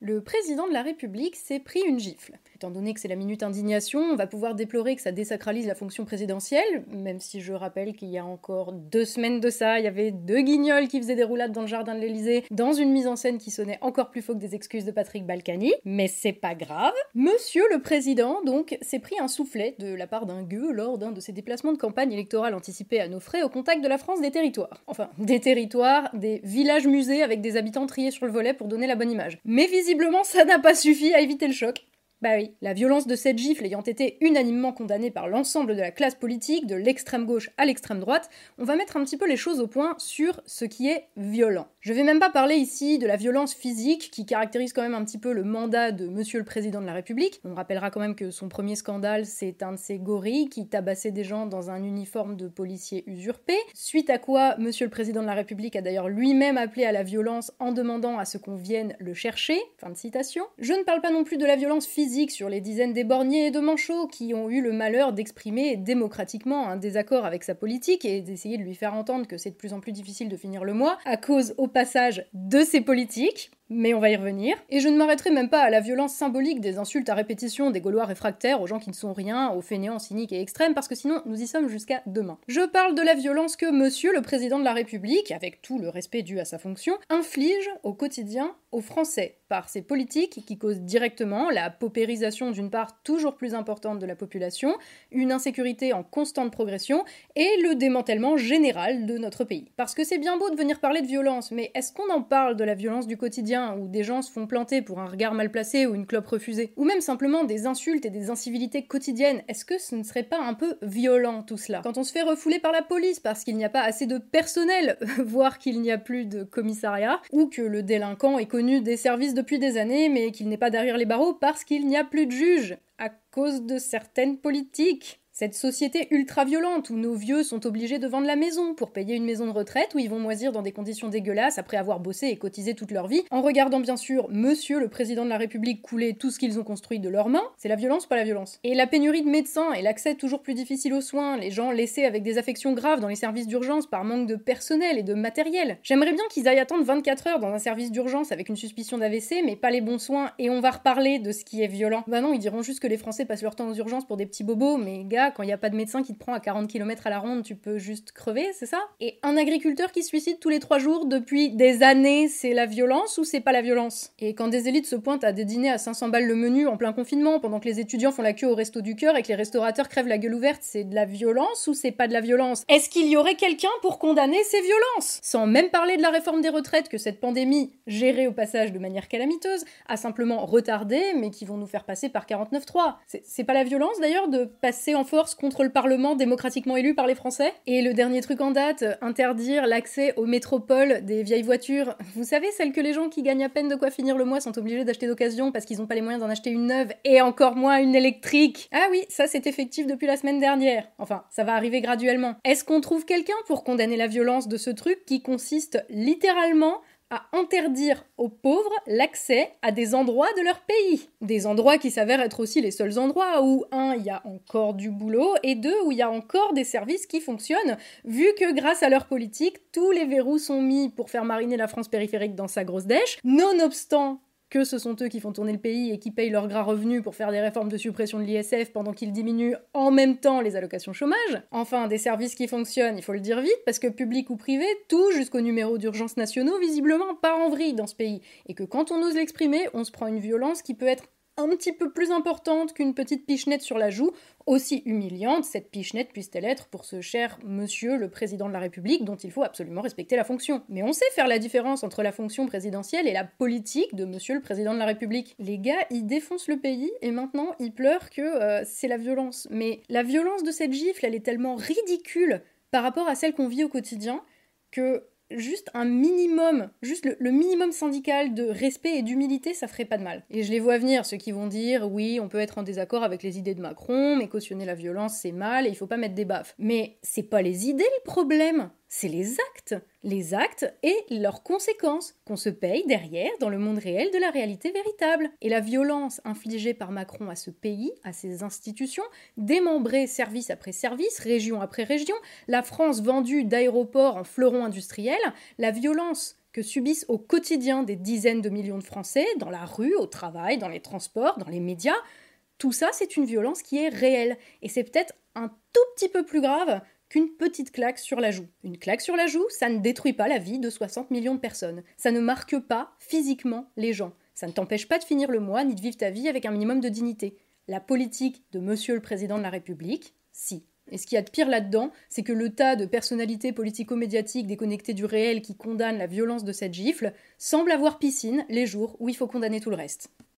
Le président de la République s'est pris une gifle. Étant donné que c'est la minute indignation, on va pouvoir déplorer que ça désacralise la fonction présidentielle, même si je rappelle qu'il y a encore 2 semaines de ça, il y avait 2 guignols qui faisaient des roulades dans le jardin de l'Élysée, dans une mise en scène qui sonnait encore plus faux que des excuses de Patrick Balkany, mais c'est pas grave. Monsieur le président, donc, s'est pris un soufflet de la part d'un gueux lors d'un de ses déplacements de campagne électorale anticipés à nos frais au contact de la France des territoires. Enfin, des territoires, des villages-musées avec des habitants triés sur le volet pour donner la bonne image. Mais visiblement, ça n'a pas suffi à éviter le choc. Bah oui, la violence de cette gifle ayant été unanimement condamnée par l'ensemble de la classe politique, de l'extrême gauche à l'extrême droite, on va mettre un petit peu les choses au point sur ce qui est violent. Je vais même pas parler ici de la violence physique qui caractérise quand même un petit peu le mandat de Monsieur le Président de la République. On rappellera quand même que son premier scandale, c'est un de ces gorilles qui tabassait des gens dans un uniforme de policier usurpé, suite à quoi Monsieur le Président de la République a d'ailleurs lui-même appelé à la violence en demandant à ce qu'on vienne le chercher. Fin de citation. Je ne parle pas non plus de la violence physique sur les dizaines d'éborgnés et de manchots qui ont eu le malheur d'exprimer démocratiquement un désaccord avec sa politique et d'essayer de lui faire entendre que c'est de plus en plus difficile de finir le mois à cause, au passage, de ses politiques. Mais on va y revenir. Et je ne m'arrêterai même pas à la violence symbolique des insultes à répétition des Gaulois réfractaires aux gens qui ne sont rien, aux fainéants cyniques et extrêmes, parce que sinon nous y sommes jusqu'à demain. Je parle de la violence que Monsieur le Président de la République, avec tout le respect dû à sa fonction, inflige au quotidien aux Français, par ses politiques qui causent directement la paupérisation d'une part toujours plus importante de la population, une insécurité en constante progression, et le démantèlement général de notre pays. Parce que c'est bien beau de venir parler de violence, mais est-ce qu'on en parle de la violence du quotidien où des gens se font planter pour un regard mal placé ou une clope refusée, ou même simplement des insultes et des incivilités quotidiennes, est-ce que ce ne serait pas un peu violent tout cela? Quand on se fait refouler par la police parce qu'il n'y a pas assez de personnel, voire qu'il n'y a plus de commissariat, ou que le délinquant est connu des services depuis des années mais qu'il n'est pas derrière les barreaux parce qu'il n'y a plus de juges, à cause de certaines politiques. Cette société ultra-violente où nos vieux sont obligés de vendre la maison pour payer une maison de retraite où ils vont moisir dans des conditions dégueulasses après avoir bossé et cotisé toute leur vie, en regardant bien sûr Monsieur le Président de la République couler tout ce qu'ils ont construit de leurs mains, c'est la violence ou pas la violence? Et la pénurie de médecins et l'accès toujours plus difficile aux soins, les gens laissés avec des affections graves dans les services d'urgence par manque de personnel et de matériel. J'aimerais bien qu'ils aillent attendre 24 heures dans un service d'urgence avec une suspicion d'AVC, mais pas les bons soins, et on va reparler de ce qui est violent. Bah non, ils diront juste que les Français passent leur temps aux urgences pour des petits bobos, mais gars, quand il n'y a pas de médecin qui te prend à 40 km à la ronde, tu peux juste crever, c'est ça? Et un agriculteur qui se suicide tous les 3 jours depuis des années, c'est la violence ou c'est pas la violence? Et quand des élites se pointent à des dîners à 500 balles le menu en plein confinement, pendant que les étudiants font la queue au resto du cœur et que les restaurateurs crèvent la gueule ouverte, c'est de la violence ou c'est pas de la violence? Est-ce qu'il y aurait quelqu'un pour condamner ces violences? Sans même parler de la réforme des retraites que cette pandémie, gérée au passage de manière calamiteuse, a simplement retardé, mais qui vont nous faire passer par 49.3. C'est pas la violence d'ailleurs de passer en force contre le Parlement démocratiquement élu par les Français? Et le dernier truc en date, interdire l'accès aux métropoles des vieilles voitures. Vous savez, celles que les gens qui gagnent à peine de quoi finir le mois sont obligés d'acheter d'occasion parce qu'ils ont pas les moyens d'en acheter une neuve, et encore moins une électrique. Ah oui, ça c'est effectif depuis la semaine dernière. Enfin, ça va arriver graduellement. Est-ce qu'on trouve quelqu'un pour condamner la violence de ce truc qui consiste littéralement à interdire aux pauvres l'accès à des endroits de leur pays? Des endroits qui s'avèrent être aussi les seuls endroits où, 1, il y a encore du boulot, et 2, où il y a encore des services qui fonctionnent, vu que grâce à leur politique, tous les verrous sont mis pour faire mariner la France périphérique dans sa grosse dèche, nonobstant que ce sont eux qui font tourner le pays et qui payent leurs gras revenus pour faire des réformes de suppression de l'ISF pendant qu'ils diminuent en même temps les allocations chômage. Enfin, des services qui fonctionnent, il faut le dire vite, parce que public ou privé, tout jusqu'aux numéros d'urgence nationaux, visiblement part en vrille dans ce pays. Et que quand on ose l'exprimer, on se prend une violence qui peut être un petit peu plus importante qu'une petite pichenette sur la joue, aussi humiliante cette pichenette puisse-t-elle être pour ce cher Monsieur le Président de la République dont il faut absolument respecter la fonction. Mais on sait faire la différence entre la fonction présidentielle et la politique de Monsieur le Président de la République. Les gars, ils défoncent le pays et maintenant ils pleurent que c'est la violence. Mais la violence de cette gifle, elle est tellement ridicule par rapport à celle qu'on vit au quotidien que juste un minimum, juste le minimum syndical de respect et d'humilité, ça ferait pas de mal. Et je les vois venir, ceux qui vont dire, oui, on peut être en désaccord avec les idées de Macron, mais cautionner la violence, c'est mal, et il faut pas mettre des baffes. Mais c'est pas les idées le problème, c'est les actes et leurs conséquences, qu'on se paye derrière dans le monde réel de la réalité véritable. Et la violence infligée par Macron à ce pays, à ses institutions, démembrée service après service, région après région, la France vendue d'aéroports en fleurons industriels, la violence que subissent au quotidien des dizaines de millions de Français, dans la rue, au travail, dans les transports, dans les médias, tout ça, c'est une violence qui est réelle. Et c'est peut-être un tout petit peu plus grave qu'une petite claque sur la joue. Une claque sur la joue, ça ne détruit pas la vie de 60 millions de personnes. Ça ne marque pas physiquement les gens. Ça ne t'empêche pas de finir le mois ni de vivre ta vie avec un minimum de dignité. La politique de Monsieur le Président de la République, si. Et ce qu'il y a de pire là-dedans, c'est que le tas de personnalités politico-médiatiques déconnectées du réel qui condamnent la violence de cette gifle semble avoir piscine les jours où il faut condamner tout le reste.